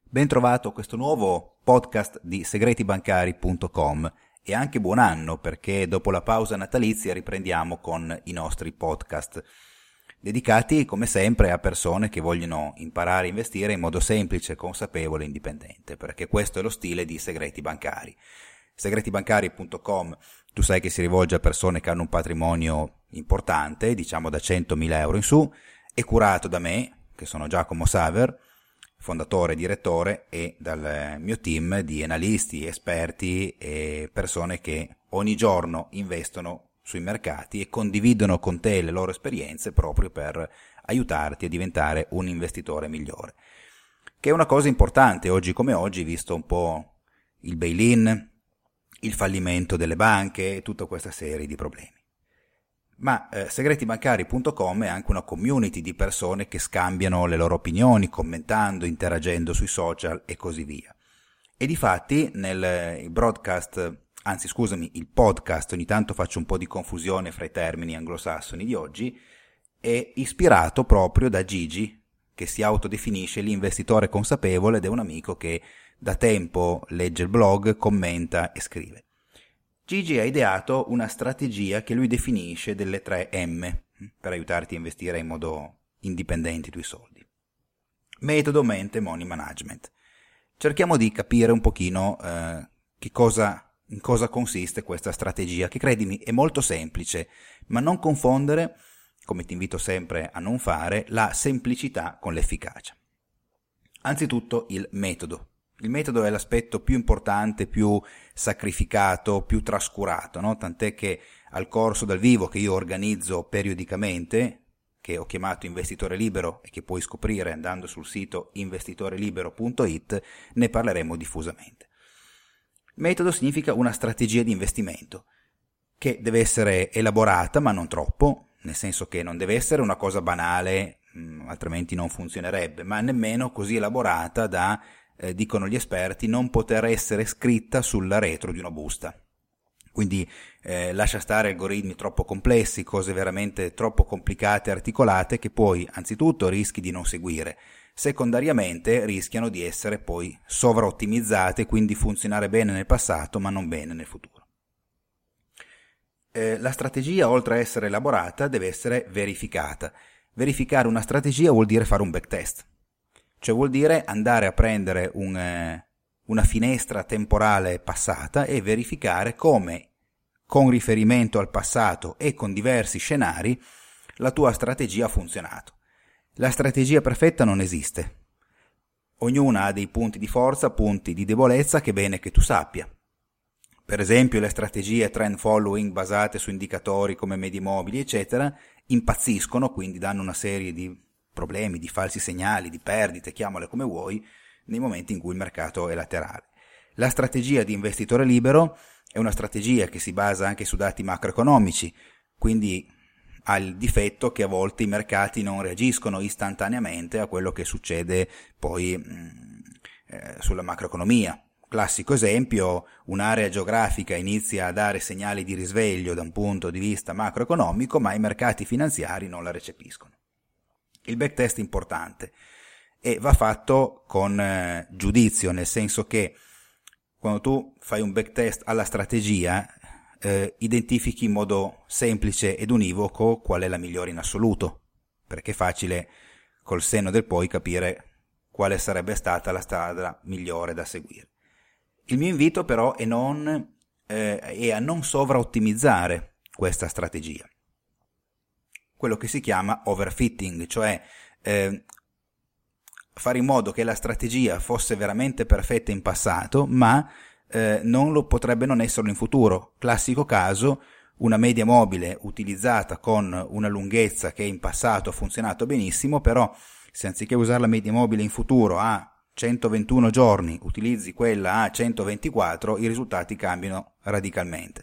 Ben trovato a questo nuovo podcast di segretibancari.com e anche buon anno, perché dopo la pausa natalizia riprendiamo con i nostri podcast dedicati come sempre a persone che vogliono imparare a investire in modo semplice, consapevole e indipendente, perché questo è lo stile di Segreti Bancari. Segretibancari.com, tu sai che si rivolge a persone che hanno un patrimonio importante, diciamo da 100.000 euro in su, è curato da me, che sono Giacomo Saver, fondatore e direttore, e dal mio team di analisti, esperti e persone che ogni giorno investono sui mercati e condividono con te le loro esperienze proprio per aiutarti a diventare un investitore migliore. Che è una cosa importante oggi come oggi, visto un po' il bail-in, il fallimento delle banche e tutta questa serie di problemi. Ma segretibancari.com è anche una community di persone che scambiano le loro opinioni, commentando, interagendo sui social e così via. E difatti il podcast, ogni tanto faccio un po' di confusione fra i termini anglosassoni di oggi, è ispirato proprio da Gigi, che si autodefinisce l'investitore consapevole ed è un amico che da tempo legge il blog, commenta e scrive. Gigi ha ideato una strategia che lui definisce delle 3 M per aiutarti a investire in modo indipendente i tuoi soldi. Metodo, mente, money management. Cerchiamo di capire un pochino in cosa consiste questa strategia, che credimi è molto semplice, ma non confondere, come ti invito sempre a non fare, la semplicità con l'efficacia. Anzitutto il metodo. Il metodo è l'aspetto più importante, più sacrificato, più trascurato, no? Tant'è che al corso dal vivo che io organizzo periodicamente, che ho chiamato Investitore Libero e che puoi scoprire andando sul sito investitorelibero.it, ne parleremo diffusamente. Metodo significa una strategia di investimento che deve essere elaborata, ma non troppo, nel senso che non deve essere una cosa banale, altrimenti non funzionerebbe, ma nemmeno così elaborata da dicono gli esperti, non poter essere scritta sulla retro di una busta. Quindi lascia stare algoritmi troppo complessi, cose veramente troppo complicate e articolate che poi anzitutto rischi di non seguire, secondariamente rischiano di essere poi sovraottimizzate, quindi funzionare bene nel passato ma non bene nel futuro. La strategia, oltre a essere elaborata, deve essere verificata. Verificare una strategia vuol dire fare un backtest. Cioè vuol dire andare a prendere una finestra temporale passata e verificare come, con riferimento al passato e con diversi scenari, la tua strategia ha funzionato. La strategia perfetta non esiste. Ognuna ha dei punti di forza, punti di debolezza che è bene che tu sappia. Per esempio le strategie trend following basate su indicatori come medie mobili, eccetera, impazziscono, quindi danno una serie di problemi, di falsi segnali, di perdite, chiamale come vuoi, nei momenti in cui il mercato è laterale. La strategia di investitore libero è una strategia che si basa anche su dati macroeconomici, quindi ha il difetto che a volte i mercati non reagiscono istantaneamente a quello che succede poi sulla macroeconomia. Classico esempio, un'area geografica inizia a dare segnali di risveglio da un punto di vista macroeconomico, ma i mercati finanziari non la recepiscono. Il backtest è importante e va fatto con giudizio, nel senso che quando tu fai un backtest alla strategia identifichi in modo semplice ed univoco qual è la migliore in assoluto, perché è facile col senno del poi capire quale sarebbe stata la strada migliore da seguire. Il mio invito però è a non sovraottimizzare questa strategia. Quello che si chiama overfitting, cioè fare in modo che la strategia fosse veramente perfetta in passato, ma potrebbe non esserlo in futuro. Classico caso, una media mobile utilizzata con una lunghezza che in passato ha funzionato benissimo, però se anziché usare la media mobile in futuro a 121 giorni utilizzi quella a 124, i risultati cambiano radicalmente.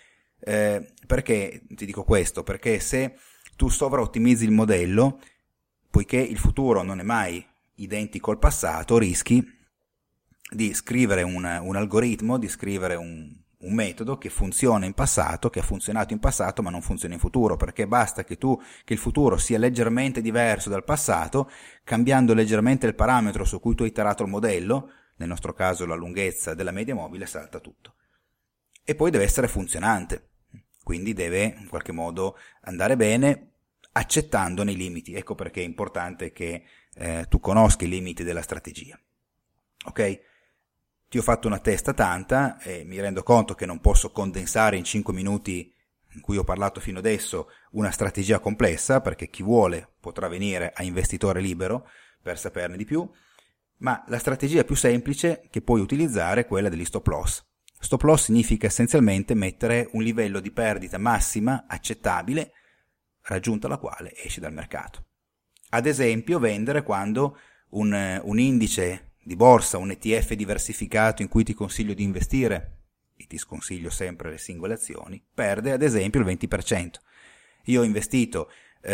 Perché ti dico questo? Perché se tu sovraottimizzi il modello, poiché il futuro non è mai identico al passato, rischi di scrivere un algoritmo, di scrivere un metodo che funziona in passato, che ha funzionato in passato ma non funziona in futuro, perché basta che il futuro sia leggermente diverso dal passato, cambiando leggermente il parametro su cui tu hai iterato il modello, nel nostro caso la lunghezza della media mobile, salta tutto. E poi deve essere funzionante, quindi deve in qualche modo andare bene, accettandone i limiti. Ecco perché è importante che tu conosca i limiti della strategia. Ok? Ti ho fatto una testa tanta e mi rendo conto che non posso condensare in 5 minuti in cui ho parlato fino adesso una strategia complessa, perché chi vuole potrà venire a Investitore Libero per saperne di più, ma la strategia più semplice che puoi utilizzare è quella degli stop loss. Stop loss significa essenzialmente mettere un livello di perdita massima accettabile, raggiunta la quale esci dal mercato. Ad esempio, vendere quando un indice di borsa, un ETF diversificato in cui ti consiglio di investire, e ti sconsiglio sempre le singole azioni, perde ad esempio il 20%. Io ho investito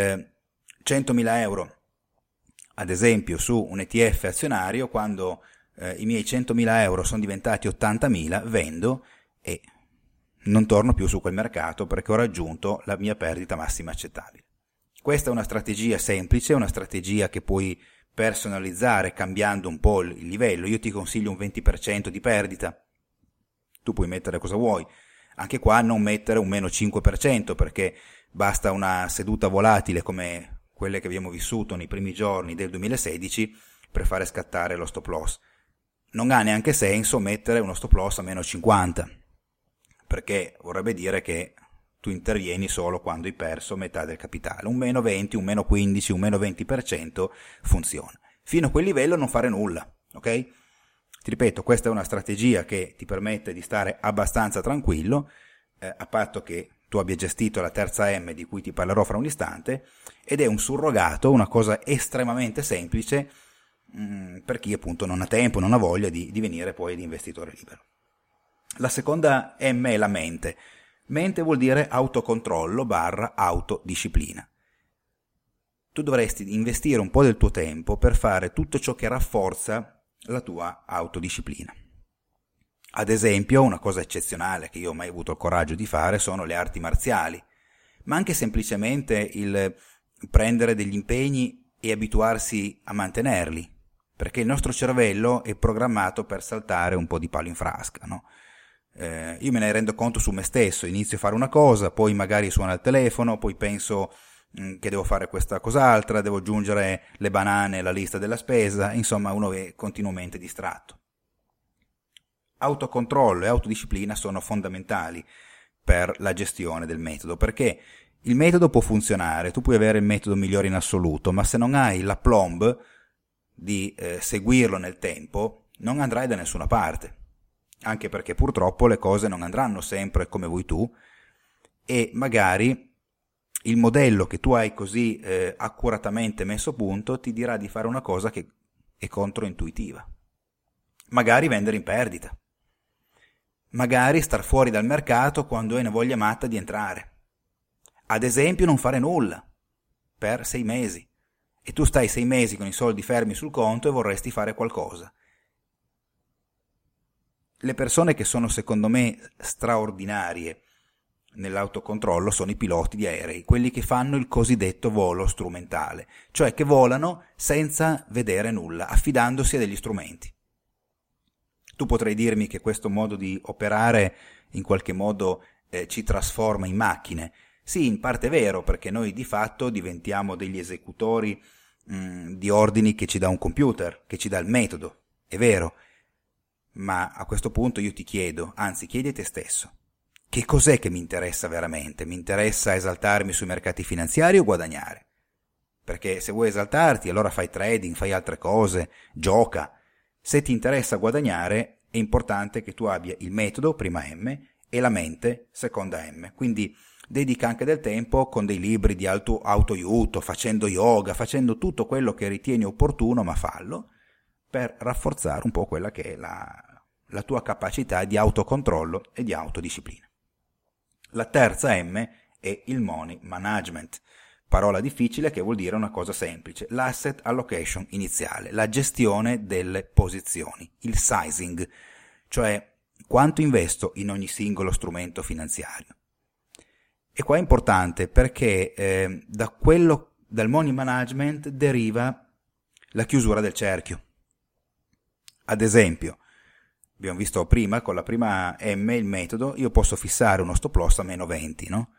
100.000 euro ad esempio su un ETF azionario, quando i miei 100.000 euro sono diventati 80.000, vendo e non torno più su quel mercato perché ho raggiunto la mia perdita massima accettabile. Questa è una strategia semplice, una strategia che puoi personalizzare cambiando un po' il livello. Io ti consiglio un 20% di perdita, tu puoi mettere cosa vuoi, anche qua non mettere un meno 5%, perché basta una seduta volatile come quelle che abbiamo vissuto nei primi giorni del 2016 per fare scattare lo stop loss. Non ha neanche senso mettere uno stop loss a meno 50, perché vorrebbe dire che tu intervieni solo quando hai perso metà del capitale. Un meno 20, un meno 15, un meno 20% funziona. Fino a quel livello non fare nulla, ok? Ti ripeto, questa è una strategia che ti permette di stare abbastanza tranquillo, a patto che tu abbia gestito la terza M di cui ti parlerò fra un istante, ed è un surrogato, una cosa estremamente semplice per chi appunto non ha tempo, non ha voglia di venire poi di investitore libero. La seconda M è la mente. Mente vuol dire autocontrollo / autodisciplina. Tu dovresti investire un po' del tuo tempo per fare tutto ciò che rafforza la tua autodisciplina. Ad esempio, una cosa eccezionale che io ho mai avuto il coraggio di fare sono le arti marziali, ma anche semplicemente il prendere degli impegni e abituarsi a mantenerli, perché il nostro cervello è programmato per saltare un po' di palo in frasca, no? Io me ne rendo conto su me stesso, inizio a fare una cosa, poi magari suona il telefono, poi penso che devo fare questa cos'altra, devo aggiungere le banane alla lista della spesa, insomma uno è continuamente distratto. Autocontrollo e autodisciplina sono fondamentali per la gestione del metodo, perché il metodo può funzionare, tu puoi avere il metodo migliore in assoluto, ma se non hai l'aplomb di seguirlo nel tempo, non andrai da nessuna parte. Anche perché purtroppo le cose non andranno sempre come vuoi tu e magari il modello che tu hai così accuratamente messo a punto ti dirà di fare una cosa che è controintuitiva. Magari vendere in perdita. Magari star fuori dal mercato quando hai una voglia matta di entrare. Ad esempio non fare nulla per 6 mesi e tu stai 6 mesi con i soldi fermi sul conto e vorresti fare qualcosa. Le persone che sono secondo me straordinarie nell'autocontrollo sono i piloti di aerei, quelli che fanno il cosiddetto volo strumentale, cioè che volano senza vedere nulla, affidandosi a degli strumenti. Tu potrai dirmi che questo modo di operare in qualche modo ci trasforma in macchine. Sì, in parte è vero, perché noi di fatto diventiamo degli esecutori di ordini che ci dà un computer, che ci dà il metodo, è vero. Ma a questo punto io ti chiedo, anzi chiedi a te stesso, che cos'è che mi interessa veramente? Mi interessa esaltarmi sui mercati finanziari o guadagnare? Perché se vuoi esaltarti allora fai trading, fai altre cose, gioca. Se ti interessa guadagnare è importante che tu abbia il metodo, prima M, e la mente, seconda M. Quindi dedica anche del tempo con dei libri di autoaiuto, facendo yoga, facendo tutto quello che ritieni opportuno, ma fallo, per rafforzare un po' quella che è la tua capacità di autocontrollo e di autodisciplina. La terza M è il money management, parola difficile che vuol dire una cosa semplice, l'asset allocation iniziale, la gestione delle posizioni, il sizing, cioè quanto investo in ogni singolo strumento finanziario. E qua è importante perché dal money management deriva la chiusura del cerchio. Ad esempio, abbiamo visto prima, con la prima M, il metodo, io posso fissare uno stop loss a meno 20, no?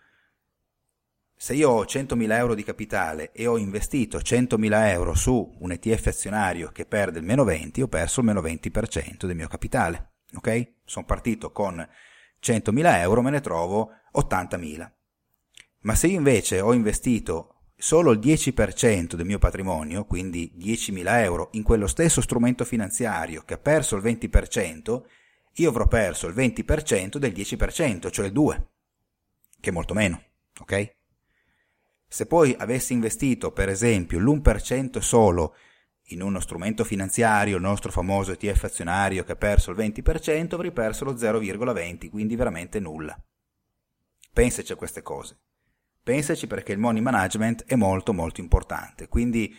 Se io ho 100.000 euro di capitale e ho investito 100.000 euro su un ETF azionario che perde il meno 20, ho perso il meno 20% del mio capitale, ok? Sono partito con 100.000 euro, me ne trovo 80.000. Ma se io invece ho investito solo il 10% del mio patrimonio, quindi 10.000 euro, in quello stesso strumento finanziario che ha perso il 20%, io avrò perso il 20% del 10%, cioè il 2%, che è molto meno, ok? Se poi avessi investito, per esempio, l'1% solo in uno strumento finanziario, il nostro famoso ETF azionario che ha perso il 20%, avrei perso lo 0,20, quindi veramente nulla. Pensaci a queste cose. Pensaci perché il money management è molto molto importante. Quindi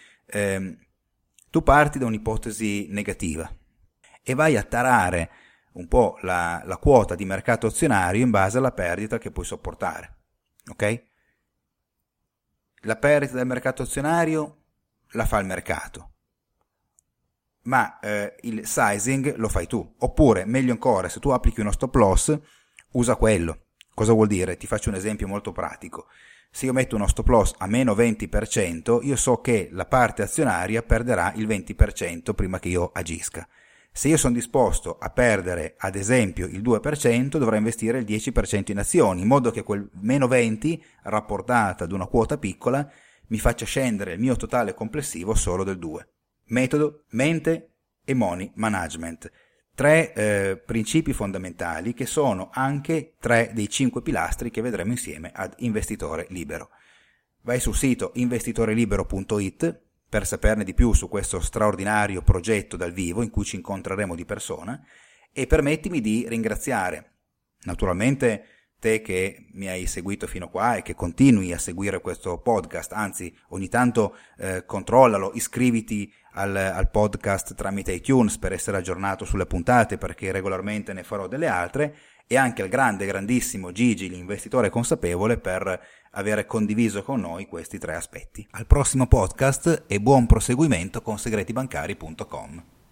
tu parti da un'ipotesi negativa e vai a tarare un po' la quota di mercato azionario in base alla perdita che puoi sopportare. Ok? La perdita del mercato azionario la fa il mercato, ma il sizing lo fai tu. Oppure, meglio ancora, se tu applichi uno stop loss, usa quello. Cosa vuol dire? Ti faccio un esempio molto pratico. Se io metto uno stop loss a meno 20%, io so che la parte azionaria perderà il 20% prima che io agisca. Se io sono disposto a perdere, ad esempio, il 2%, dovrò investire il 10% in azioni, in modo che quel meno 20, rapportata ad una quota piccola, mi faccia scendere il mio totale complessivo solo del 2%. Metodo, mente e money management. 3 principi fondamentali che sono anche 3 dei 5 pilastri che vedremo insieme ad Investitore Libero. Vai sul sito investitorelibero.it per saperne di più su questo straordinario progetto dal vivo in cui ci incontreremo di persona, e permettimi di ringraziare naturalmente te che mi hai seguito fino qua e che continui a seguire questo podcast, anzi ogni tanto controllalo, iscriviti al podcast tramite iTunes per essere aggiornato sulle puntate, perché regolarmente ne farò delle altre, e anche al grandissimo Gigi, l'investitore consapevole, per avere condiviso con noi questi 3 aspetti. Al prossimo podcast e buon proseguimento con segretibancari.com.